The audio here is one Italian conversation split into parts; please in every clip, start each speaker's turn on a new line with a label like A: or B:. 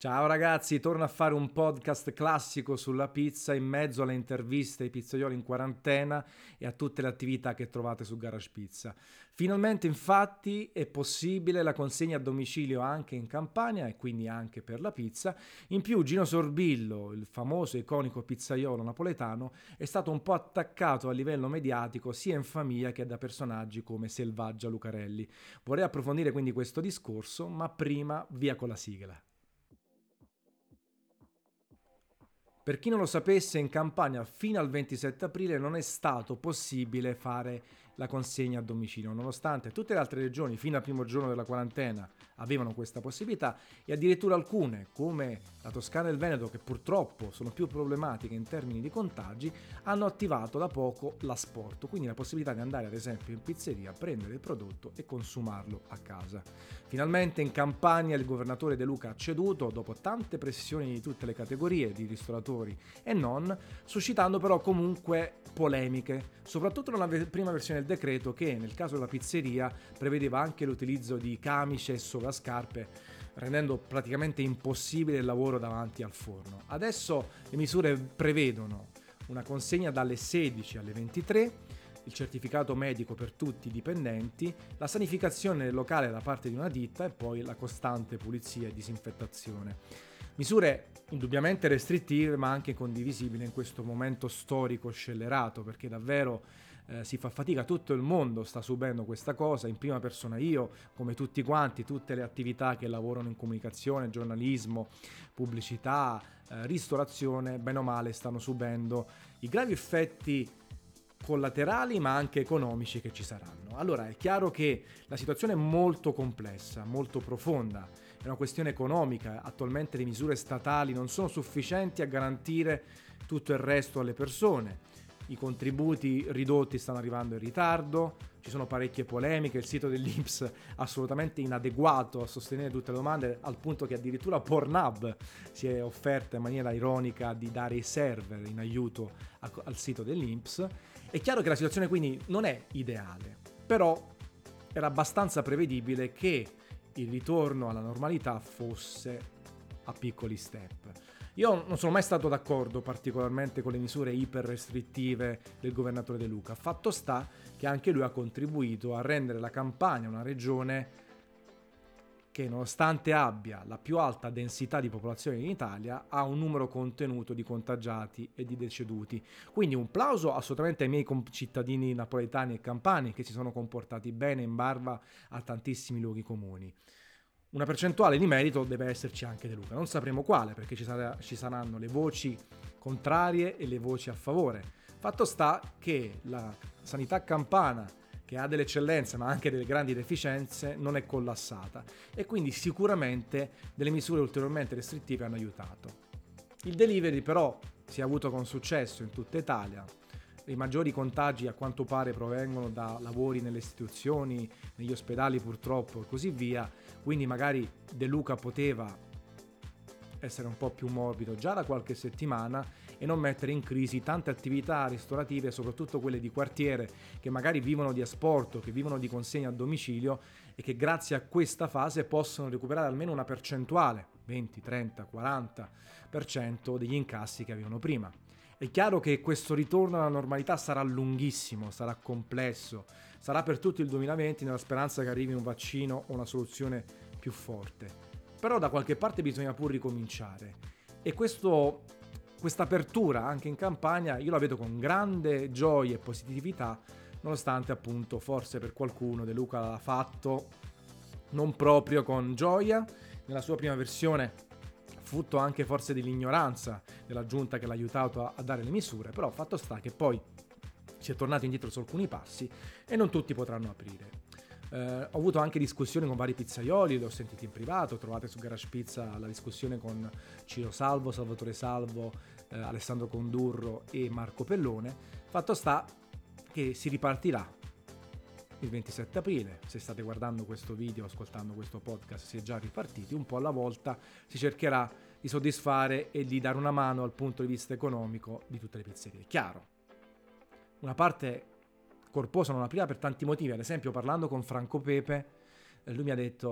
A: Ciao ragazzi, torno a fare un podcast classico sulla pizza in mezzo alle interviste ai pizzaioli in quarantena e a tutte le attività che trovate su Garage Pizza. Finalmente infatti è possibile la consegna a domicilio anche in Campania e quindi anche per la pizza. In più Gino Sorbillo, il famoso e iconico pizzaiolo napoletano, è stato un po' attaccato a livello mediatico sia in famiglia che da personaggi come Selvaggia Lucarelli. Vorrei approfondire quindi questo discorso, ma prima via con la sigla. Per chi non lo sapesse, in Campania fino al 27 aprile non è stato possibile fare la consegna a domicilio, nonostante tutte le altre regioni fino al primo giorno della quarantena avevano questa possibilità e addirittura alcune, come la Toscana e il Veneto, che purtroppo sono più problematiche in termini di contagi, hanno attivato da poco l'asporto, quindi la possibilità di andare ad esempio in pizzeria, prendere il prodotto e consumarlo a casa. Finalmente in Campania il governatore De Luca ha ceduto dopo tante pressioni di tutte le categorie di ristoratori e non, suscitando però comunque polemiche, soprattutto nella prima versione del decreto che nel caso della pizzeria prevedeva anche l'utilizzo di camicie e sovascarpe, rendendo praticamente impossibile il lavoro davanti al forno. Adesso le misure prevedono una consegna dalle 16 alle 23, il certificato medico per tutti i dipendenti, la sanificazione del locale da parte di una ditta e poi la costante pulizia e disinfettazione. Misure indubbiamente restrittive ma anche condivisibili in questo momento storico scellerato, perché davvero si fa fatica, tutto il mondo sta subendo questa cosa, in prima persona io, come tutti quanti, tutte le attività che lavorano in comunicazione, giornalismo, pubblicità, ristorazione, bene o male stanno subendo i gravi effetti collaterali ma anche economici che ci saranno. Allora è chiaro che la situazione è molto complessa, molto profonda, è una questione economica, attualmente le misure statali non sono sufficienti a garantire tutto il resto alle persone, i contributi ridotti stanno arrivando in ritardo, ci sono parecchie polemiche, il sito dell'INPS assolutamente inadeguato a sostenere tutte le domande, al punto che addirittura Pornhub si è offerta in maniera ironica di dare i server in aiuto al sito dell'INPS. È chiaro che la situazione quindi non è ideale, però era abbastanza prevedibile che il ritorno alla normalità fosse a piccoli step. Io non sono mai stato d'accordo particolarmente con le misure iper restrittive del governatore De Luca. Fatto sta che anche lui ha contribuito a rendere la Campania una regione che, nonostante abbia la più alta densità di popolazione in Italia, ha un numero contenuto di contagiati e di deceduti. Quindi un plauso assolutamente ai miei concittadini napoletani e campani che si sono comportati bene in barba a tantissimi luoghi comuni. Una percentuale di merito deve esserci anche De Luca, non sapremo quale, perché ci saranno le voci contrarie e le voci a favore. Fatto sta che la sanità campana, che ha delle eccellenze ma anche delle grandi deficienze, non è collassata e quindi sicuramente delle misure ulteriormente restrittive hanno aiutato. Il delivery però si è avuto con successo in tutta Italia. I maggiori contagi a quanto pare provengono da lavori nelle istituzioni, negli ospedali purtroppo e così via, quindi magari De Luca poteva essere un po' più morbido già da qualche settimana e non mettere in crisi tante attività ristorative, soprattutto quelle di quartiere che magari vivono di asporto, che vivono di consegna a domicilio e che grazie a questa fase possono recuperare almeno una percentuale, 20, 30, 40% degli incassi che avevano prima. È chiaro che questo ritorno alla normalità sarà lunghissimo, sarà complesso, sarà per tutto il 2020 nella speranza che arrivi un vaccino o una soluzione più forte. Però da qualche parte bisogna pur ricominciare e questa apertura anche in Campania io la vedo con grande gioia e positività, nonostante appunto forse per qualcuno De Luca l'ha fatto non proprio con gioia. Nella sua prima versione frutto anche forse dell'ignoranza della giunta che l'ha aiutato a dare le misure, però fatto sta che poi si è tornato indietro su alcuni passi e non tutti potranno aprire. Ho avuto anche discussioni con vari pizzaioli, li ho sentiti in privato, trovate su Garage Pizza la discussione con Ciro Salvo, Salvatore Salvo, Alessandro Condurro e Marco Pellone. Fatto sta che si ripartirà il 27 aprile, se state guardando questo video, ascoltando questo podcast, si è già ripartiti, un po' alla volta si cercherà di soddisfare e di dare una mano dal punto di vista economico di tutte le pizzerie. Chiaro, una parte corposa non aprirà per tanti motivi, ad esempio parlando con Franco Pepe, lui mi ha detto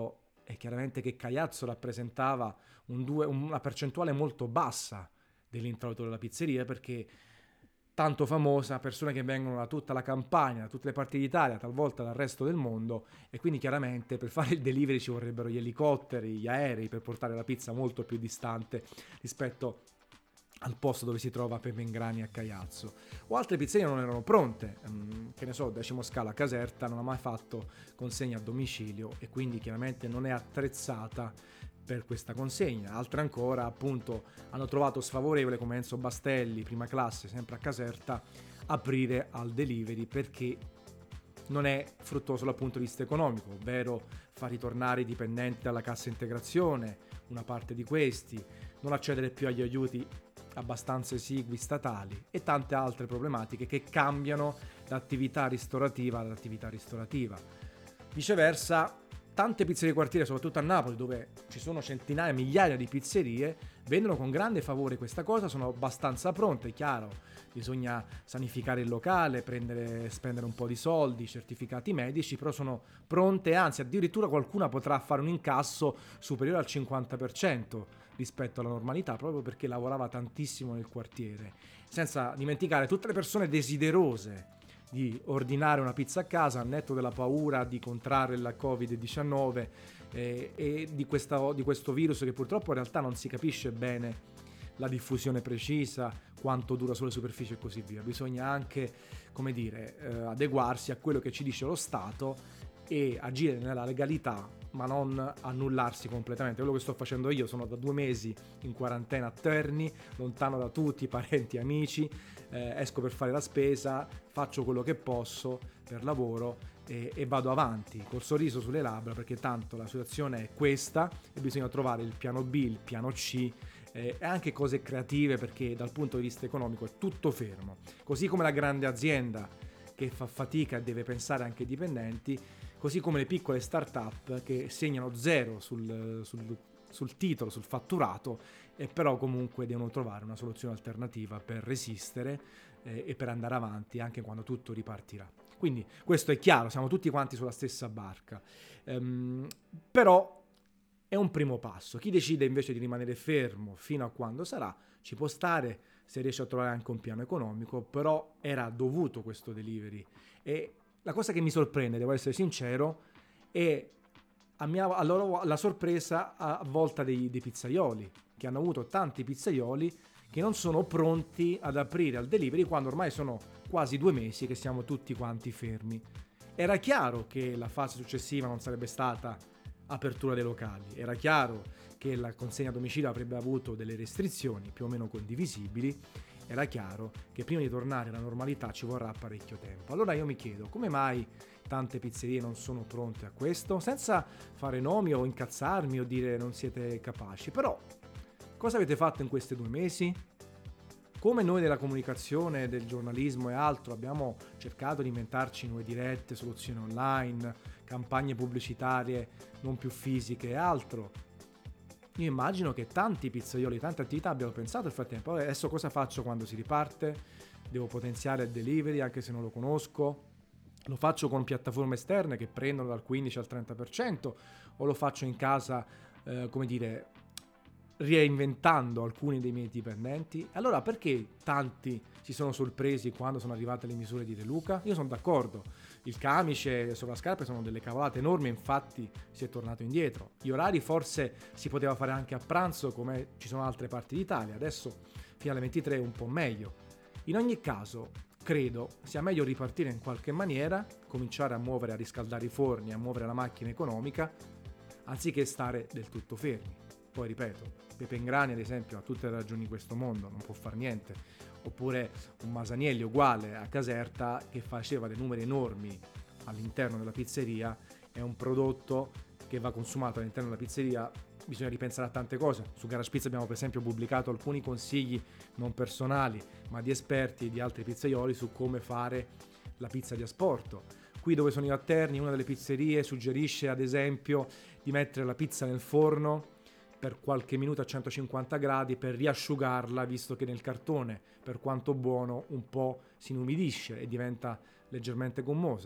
A: è chiaramente che Caiazzo rappresentava una percentuale molto bassa dell'introito della pizzeria, perché tanto famosa, persone che vengono da tutta la Campania, da tutte le parti d'Italia, talvolta dal resto del mondo, e quindi chiaramente per fare il delivery ci vorrebbero gli elicotteri, gli aerei per portare la pizza molto più distante rispetto al posto dove si trova Pepe Ingrani a Caiazzo. O altre pizzerie non erano pronte, che ne so, Decimo Scala a Caserta non ha mai fatto consegna a domicilio e quindi chiaramente non è attrezzata per questa consegna. Altre ancora, appunto, hanno trovato sfavorevole, come Enzo Bastelli, prima classe, sempre a Caserta, aprire al delivery perché non è fruttuoso dal punto di vista economico, ovvero far ritornare i dipendenti dalla cassa integrazione, una parte di questi, non accedere più agli aiuti abbastanza esigui statali e tante altre problematiche che cambiano l'attività ristorativa all'attività ristorativa. Viceversa, tante pizzerie di quartiere, soprattutto a Napoli, dove ci sono centinaia, migliaia di pizzerie, vedono con grande favore questa cosa, sono abbastanza pronte, è chiaro, bisogna sanificare il locale, spendere un po' di soldi, certificati medici, però sono pronte, anzi addirittura qualcuna potrà fare un incasso superiore al 50% rispetto alla normalità, proprio perché lavorava tantissimo nel quartiere, senza dimenticare tutte le persone desiderose di ordinare una pizza a casa, al netto della paura di contrarre la Covid-19 e di questo virus che purtroppo in realtà non si capisce bene la diffusione precisa, quanto dura sulle superfici e così via. Bisogna anche, come dire, adeguarsi a quello che ci dice lo Stato e agire nella legalità, ma non annullarsi completamente. Quello che sto facendo io, sono da 2 mesi in quarantena a Terni, lontano da tutti, parenti, amici, esco per fare la spesa, faccio quello che posso per lavoro e vado avanti col sorriso sulle labbra, perché tanto la situazione è questa e bisogna trovare il piano B, il piano C e anche cose creative, perché dal punto di vista economico è tutto fermo. Così come la grande azienda che fa fatica e deve pensare anche ai dipendenti, così come le piccole start-up che segnano zero sul titolo, sul fatturato, e però comunque devono trovare una soluzione alternativa per resistere e per andare avanti anche quando tutto ripartirà. Quindi questo è chiaro, siamo tutti quanti sulla stessa barca. Però è un primo passo. Chi decide invece di rimanere fermo fino a quando sarà, ci può stare se riesce a trovare anche un piano economico, però era dovuto questo delivery. E la cosa che mi sorprende, devo essere sincero, è la sorpresa a volta dei pizzaioli, che hanno avuto tanti pizzaioli che non sono pronti ad aprire al delivery quando ormai sono quasi 2 mesi che siamo tutti quanti fermi. Era chiaro che la fase successiva non sarebbe stata apertura dei locali, era chiaro che la consegna a domicilio avrebbe avuto delle restrizioni più o meno condivisibili, era chiaro che prima di tornare alla normalità ci vorrà parecchio tempo. Allora io mi chiedo, come mai tante pizzerie non sono pronte a questo? Senza fare nomi o incazzarmi o dire non siete capaci, però cosa avete fatto in questi 2 mesi? Come noi della comunicazione, del giornalismo e altro abbiamo cercato di inventarci nuove dirette, soluzioni online, campagne pubblicitarie non più fisiche e altro, io immagino che tanti pizzaioli, tante attività abbiano pensato nel frattempo, adesso cosa faccio quando si riparte? Devo potenziare il delivery anche se non lo conosco? Lo faccio con piattaforme esterne che prendono dal 15 al 30% o lo faccio in casa, come dire, reinventando alcuni dei miei dipendenti? Allora perché tanti si sono sorpresi quando sono arrivate le misure di De Luca? Io sono d'accordo, il camice e le sovrascarpe sono delle cavolate enormi, infatti si è tornato indietro. Gli orari forse si poteva fare anche a pranzo, come ci sono altre parti d'Italia, adesso fino alle 23 è un po' meglio. In ogni caso credo sia meglio ripartire in qualche maniera, cominciare a muovere, a riscaldare i forni, a muovere la macchina economica, anziché stare del tutto fermi. Poi ripeto, Pepe Ingrani ad esempio ha tutte le ragioni in questo mondo, non può far niente, oppure un Masanielli uguale a Caserta che faceva dei numeri enormi all'interno della pizzeria, è un prodotto che va consumato all'interno della pizzeria, bisogna ripensare a tante cose. Su Garage Pizza abbiamo per esempio pubblicato alcuni consigli non personali ma di esperti e di altri pizzaioli su come fare la pizza di asporto. Qui dove sono io a Terni, una delle pizzerie suggerisce ad esempio di mettere la pizza nel forno per qualche minuto a 150 gradi per riasciugarla, visto che nel cartone, per quanto buono, un po' si inumidisce e diventa leggermente gommosa.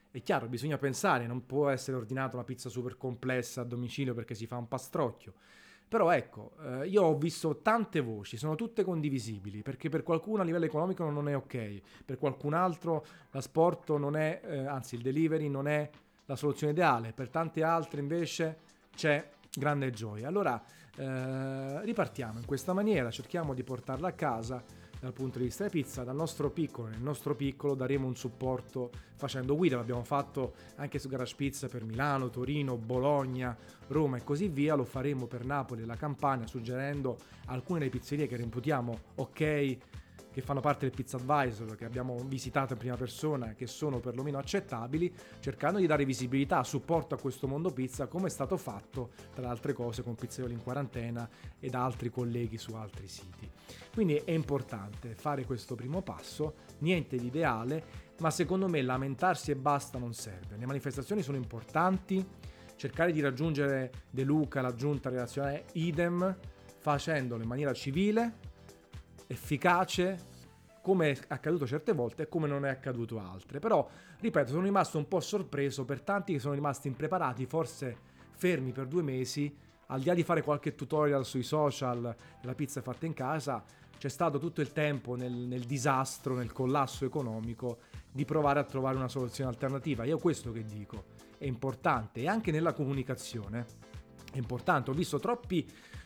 A: È chiaro, bisogna pensare, non può essere ordinata una pizza super complessa a domicilio perché si fa un pastrocchio. Però ecco, io ho visto tante voci, sono tutte condivisibili, perché per qualcuno a livello economico non è ok, per qualcun altro l'asporto non è, anzi il delivery non è la soluzione ideale, per tanti altri invece c'è grande gioia. Allora ripartiamo in questa maniera, cerchiamo di portarla a casa dal punto di vista della pizza, dal nostro piccolo. Nel nostro piccolo daremo un supporto facendo guida, l'abbiamo fatto anche su Garage Pizza per Milano, Torino, Bologna, Roma e così via, lo faremo per Napoli e la Campania, suggerendo alcune delle pizzerie che reputiamo ok, che fanno parte del Pizza Advisor, che abbiamo visitato in prima persona, che sono perlomeno accettabili, cercando di dare visibilità, supporto a questo mondo pizza, come è stato fatto tra le altre cose con Pizzaioli in Quarantena ed altri colleghi su altri siti. Quindi è importante fare questo primo passo, niente di ideale, ma secondo me lamentarsi e basta non serve. Le manifestazioni sono importanti, cercare di raggiungere De Luca, la giunta relazionale, idem, facendolo in maniera civile, efficace, come è accaduto certe volte e come non è accaduto altre. Però, ripeto, sono rimasto un po' sorpreso per tanti che sono rimasti impreparati, forse fermi per 2 mesi, al di là di fare qualche tutorial sui social della pizza fatta in casa, c'è stato tutto il tempo nel disastro, nel collasso economico, di provare a trovare una soluzione alternativa. Io questo che dico, è importante, e anche nella comunicazione è importante. Ho visto troppi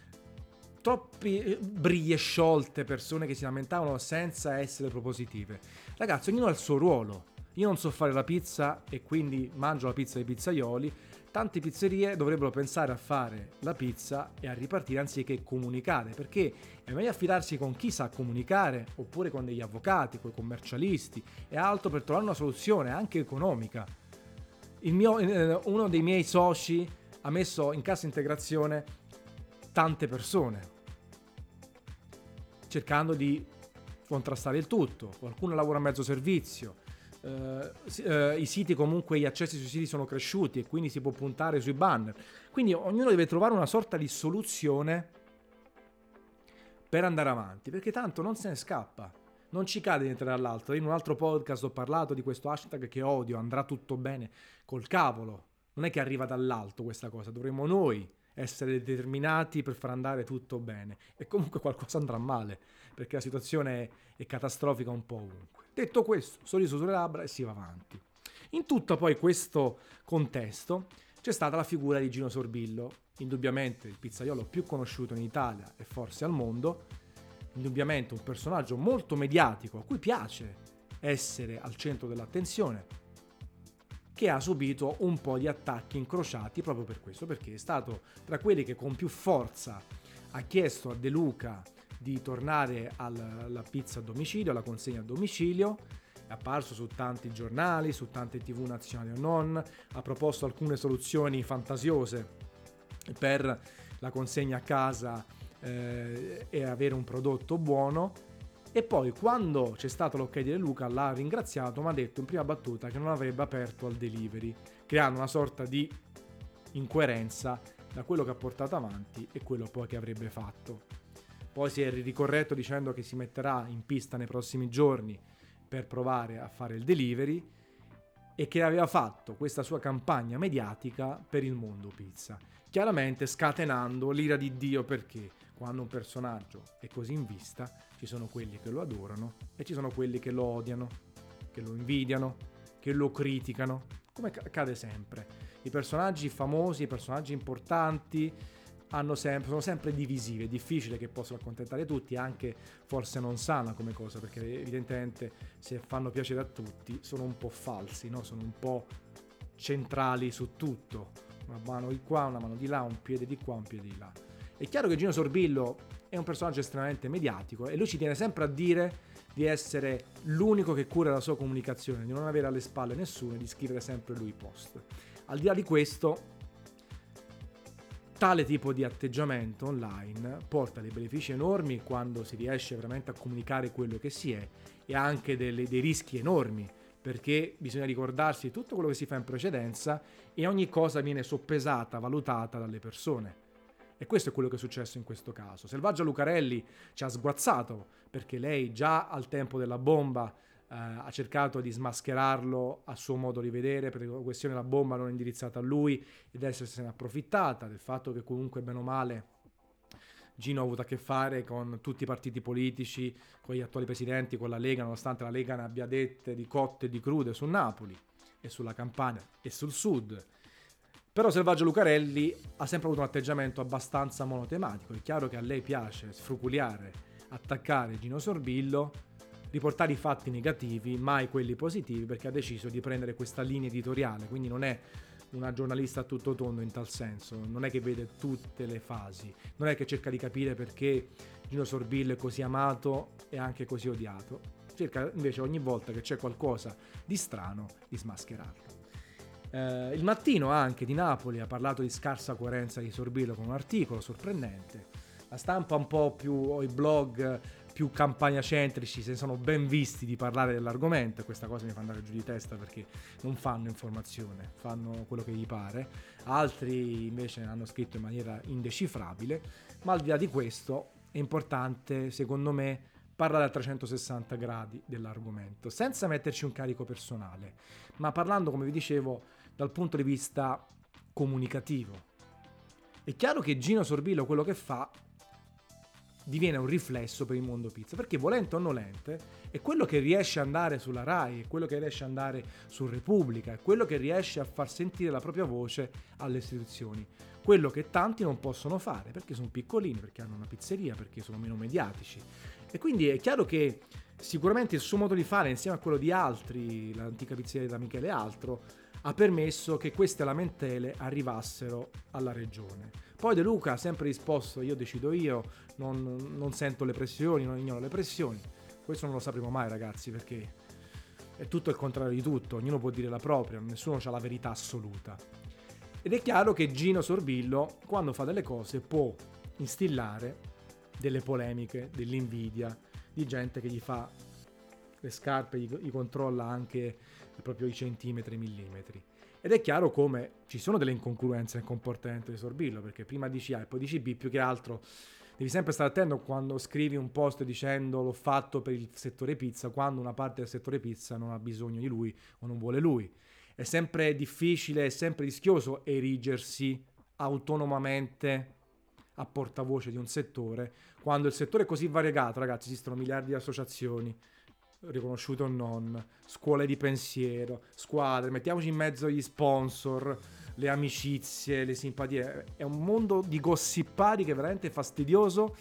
A: briglie sciolte, persone che si lamentavano senza essere propositive. Ragazzi, ognuno ha il suo ruolo. Io non so fare la pizza e quindi mangio la pizza dei pizzaioli. Tante pizzerie dovrebbero pensare a fare la pizza e a ripartire anziché comunicare, perché è meglio affidarsi con chi sa comunicare, oppure con degli avvocati, con i commercialisti e altro, per trovare una soluzione anche economica. Uno dei miei soci ha messo in cassa integrazione tante persone, cercando di contrastare il tutto. Qualcuno lavora a mezzo servizio, i siti, comunque gli accessi sui siti sono cresciuti e quindi si può puntare sui banner. Quindi ognuno deve trovare una sorta di soluzione per andare avanti, perché tanto non se ne scappa, non ci cade niente dall'altro. In un altro podcast ho parlato di questo hashtag che odio, andrà tutto bene, col cavolo, non è che arriva dall'alto questa cosa, dovremmo noi essere determinati per far andare tutto bene, e comunque qualcosa andrà male perché la situazione è catastrofica un po' ovunque. Detto questo, sorriso sulle labbra e si va avanti. In tutto poi questo contesto c'è stata la figura di Gino Sorbillo, indubbiamente il pizzaiolo più conosciuto in Italia e forse al mondo, indubbiamente un personaggio molto mediatico a cui piace essere al centro dell'attenzione, che ha subito un po' di attacchi incrociati proprio per questo, perché è stato tra quelli che con più forza ha chiesto a De Luca di tornare alla pizza a domicilio, alla consegna a domicilio. È apparso su tanti giornali, su tante TV nazionali o non, ha proposto alcune soluzioni fantasiose per la consegna a casa e avere un prodotto buono. E poi quando c'è stato l'ok di De Luca l'ha ringraziato, ma ha detto in prima battuta che non avrebbe aperto al delivery, creando una sorta di incoerenza da quello che ha portato avanti e quello poi che avrebbe fatto. Poi si è ricorretto dicendo che si metterà in pista nei prossimi giorni per provare a fare il delivery e che aveva fatto questa sua campagna mediatica per il mondo pizza, chiaramente scatenando l'ira di Dio, perché quando un personaggio è così in vista ci sono quelli che lo adorano e ci sono quelli che lo odiano, che lo invidiano, che lo criticano, come accade sempre. I personaggi famosi, i personaggi importanti sono sempre divisivi, è difficile che possano accontentare tutti, anche forse non sana come cosa, perché evidentemente se fanno piacere a tutti sono un po' falsi, no? Sono un po' centrali su tutto, una mano di qua, una mano di là, un piede di qua, un piede di là. È chiaro che Gino Sorbillo è un personaggio estremamente mediatico e lui ci tiene sempre a dire di essere l'unico che cura la sua comunicazione, di non avere alle spalle nessuno e di scrivere sempre lui i post. Al di là di questo, tale tipo di atteggiamento online porta dei benefici enormi quando si riesce veramente a comunicare quello che si è, e anche dei rischi enormi, perché bisogna ricordarsi di tutto quello che si fa in precedenza e ogni cosa viene soppesata, valutata dalle persone. E questo è quello che è successo in questo caso. Selvaggia Lucarelli ci ha sguazzato perché lei già al tempo della bomba ha cercato di smascherarlo a suo modo di vedere, per la questione della bomba non indirizzata a lui, ed essersene approfittata del fatto che comunque bene o male Gino ha avuto a che fare con tutti i partiti politici, con gli attuali presidenti, con la Lega, nonostante la Lega ne abbia dette di cotte e di crude su Napoli e sulla Campania e sul sud. Però Selvaggio Lucarelli ha sempre avuto un atteggiamento abbastanza monotematico. È chiaro che a lei piace sfruculiare, attaccare Gino Sorbillo, riportare i fatti negativi, mai quelli positivi, perché ha deciso di prendere questa linea editoriale, quindi non è una giornalista a tutto tondo in tal senso, non è che vede tutte le fasi, non è che cerca di capire perché Gino Sorbillo è così amato e anche così odiato, cerca invece ogni volta che c'è qualcosa di strano di smascherarlo. Il Mattino anche di Napoli ha parlato di scarsa coerenza di Sorbillo con un articolo sorprendente. La Stampa un po' più, o i blog più campagnacentrici se ne sono ben visti di parlare dell'argomento, e questa cosa mi fa andare giù di testa perché non fanno informazione, fanno quello che gli pare. Altri invece hanno scritto in maniera indecifrabile, ma al di là di questo è importante secondo me parlare a 360 gradi dell'argomento, senza metterci un carico personale, ma parlando, come vi dicevo, dal punto di vista comunicativo. È chiaro che Gino Sorbillo quello che fa diviene un riflesso per il mondo pizza, perché volente o nolente è quello che riesce ad andare sulla Rai, è quello che riesce ad andare su Repubblica, è quello che riesce a far sentire la propria voce alle istituzioni, quello che tanti non possono fare perché sono piccolini, perché hanno una pizzeria, perché sono meno mediatici. E quindi è chiaro che sicuramente il suo modo di fare, insieme a quello di altri, l'antica pizzeria da Michele e altro, ha permesso che queste lamentele arrivassero alla regione. Poi De Luca ha sempre risposto: io decido io, non sento le pressioni, non ignoro le pressioni. Questo non lo sapremo mai, ragazzi, perché è tutto il contrario di tutto, ognuno può dire la propria, nessuno ha la verità assoluta. Ed è chiaro che Gino Sorbillo, quando fa delle cose, può instillare delle polemiche, dell'invidia, di gente che gli fa le scarpe, gli controlla anche proprio i centimetri e i millimetri. Ed è chiaro come ci sono delle incongruenze nel comportamento di Sorbillo, perché prima dici A e poi dici B, più che altro devi sempre stare attento quando scrivi un post dicendo l'ho fatto per il settore pizza, quando una parte del settore pizza non ha bisogno di lui o non vuole lui. È sempre difficile, è sempre rischioso erigersi autonomamente a portavoce di un settore, quando il settore è così variegato, ragazzi. Esistono miliardi di associazioni, riconosciute o non, scuole di pensiero, squadre, mettiamoci in mezzo gli sponsor, le amicizie, le simpatie. È un mondo di gossipari che è veramente fastidioso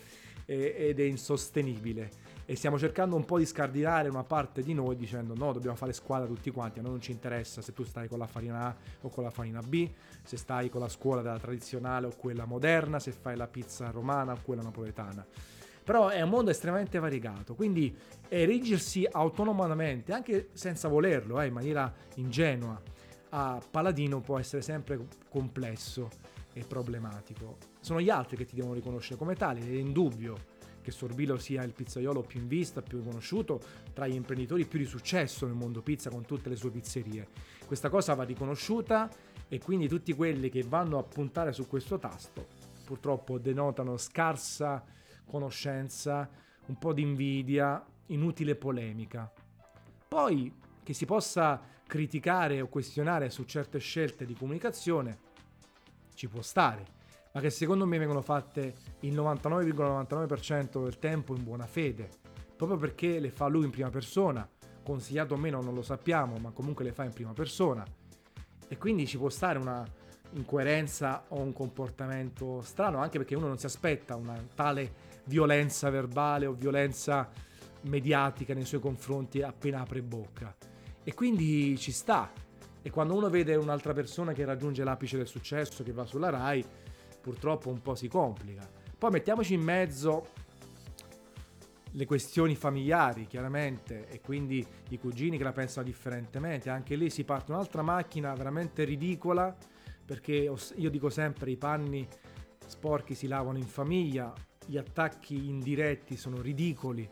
A: ed è insostenibile, e stiamo cercando un po' di scardinare una parte di noi dicendo no, dobbiamo fare squadra tutti quanti, a noi non ci interessa se tu stai con la farina A o con la farina B, se stai con la scuola della tradizionale o quella moderna, se fai la pizza romana o quella napoletana. Però è un mondo estremamente variegato, quindi erigersi autonomamente, anche senza volerlo, in maniera ingenua, a paladino può essere sempre complesso e problematico. Sono gli altri che ti devono riconoscere come tali, ed è indubbio che Sorbillo sia il pizzaiolo più in vista, più conosciuto, tra gli imprenditori più di successo nel mondo pizza, con tutte le sue pizzerie. Questa cosa va riconosciuta, e quindi tutti quelli che vanno a puntare su questo tasto purtroppo denotano scarsa conoscenza, un po' di invidia, inutile polemica. Poi che si possa criticare o questionare su certe scelte di comunicazione ci può stare, ma che secondo me vengono fatte il 99,99% del tempo in buona fede, proprio perché le fa lui in prima persona, consigliato o meno non lo sappiamo, ma comunque le fa in prima persona, e quindi ci può stare una incoerenza o un comportamento strano, anche perché uno non si aspetta una tale violenza verbale o violenza mediatica nei suoi confronti appena apre bocca, e quindi ci sta. E quando uno vede un'altra persona che raggiunge l'apice del successo, che va sulla Rai, purtroppo un po' si complica. Poi mettiamoci in mezzo le questioni familiari, chiaramente, e quindi i cugini che la pensano differentemente. Anche lì si parte un'altra macchina veramente ridicola, perché io dico sempre i panni sporchi si lavano in famiglia, gli attacchi indiretti sono ridicoli,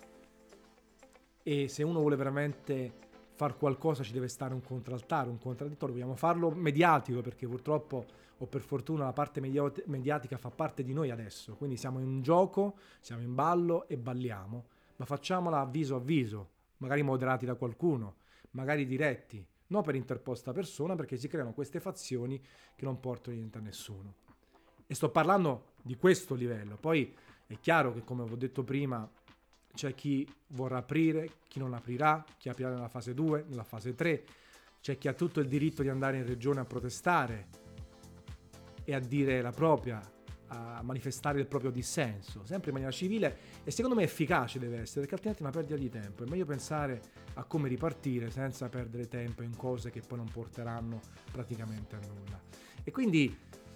A: e se uno vuole veramente far qualcosa ci deve stare un contraltare, un contraddittorio. Vogliamo farlo mediatico, perché purtroppo o per fortuna la parte mediatica fa parte di noi adesso, quindi siamo in gioco, siamo in ballo e balliamo, ma facciamola a viso, magari moderati da qualcuno, magari diretti, non per interposta persona, perché si creano queste fazioni che non portano niente a nessuno. E sto parlando di questo livello. Poi è chiaro che, come ho detto prima, c'è chi vorrà aprire, chi non aprirà, chi aprirà nella fase 2, nella fase 3, c'è chi ha tutto il diritto di andare in regione a protestare e a dire la propria, a manifestare il proprio dissenso, sempre in maniera civile, e secondo me efficace deve essere, perché altrimenti è una perdita di tempo. È meglio pensare a come ripartire senza perdere tempo in cose che poi non porteranno praticamente a nulla. E quindi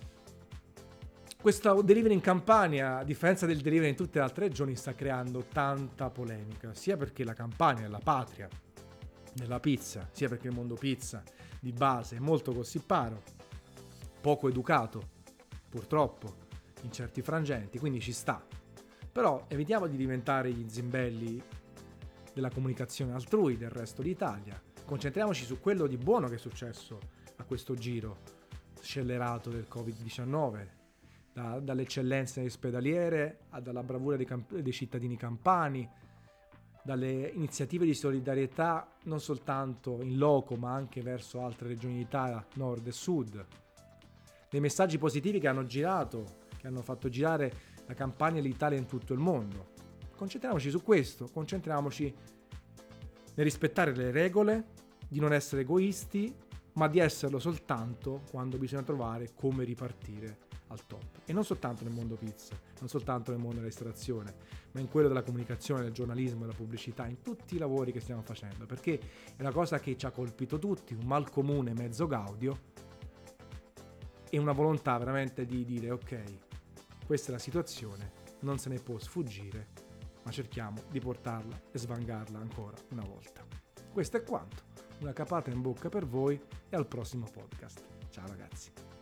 A: questo delivery in Campania, a differenza del delivery in tutte le altre regioni, sta creando tanta polemica, sia perché la Campania è la patria della pizza, sia perché il mondo pizza di base è molto gossiparo, poco educato, purtroppo, in certi frangenti, quindi ci sta. Però evitiamo di diventare gli zimbelli della comunicazione altrui del resto d'Italia. Concentriamoci su quello di buono che è successo a questo giro scellerato del Covid-19, dalle eccellenze ospedaliere dalla bravura dei cittadini campani, dalle iniziative di solidarietà non soltanto in loco ma anche verso altre regioni d'Italia, nord e sud, dei messaggi positivi che hanno girato, che hanno fatto girare la Campania e l'Italia in tutto il mondo. Concentriamoci su questo, concentriamoci nel rispettare le regole, di non essere egoisti, ma di esserlo soltanto quando bisogna trovare come ripartire al top. E non soltanto nel mondo pizza, non soltanto nel mondo della ristorazione, ma in quello della comunicazione, del giornalismo, della pubblicità, in tutti i lavori che stiamo facendo, perché è una cosa che ci ha colpito tutti, un mal comune mezzo gaudio, e una volontà veramente di dire ok, questa è la situazione, non se ne può sfuggire, ma cerchiamo di portarla e svangarla ancora una volta. Questo è quanto, una capata in bocca per voi e al prossimo podcast. Ciao ragazzi.